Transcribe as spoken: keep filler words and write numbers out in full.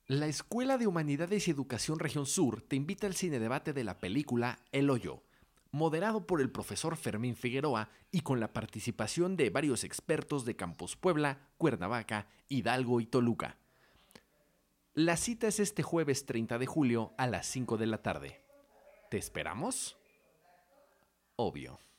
La Escuela de Humanidades y Educación Región Sur te invita al cinedebate de la película El Hoyo, moderado por el profesor Fermín Figueroa y con la participación de varios expertos de Campus Puebla, Cuernavaca, Hidalgo y Toluca. La cita es este jueves treinta de julio a las cinco de la tarde. ¿Te esperamos? Obvio.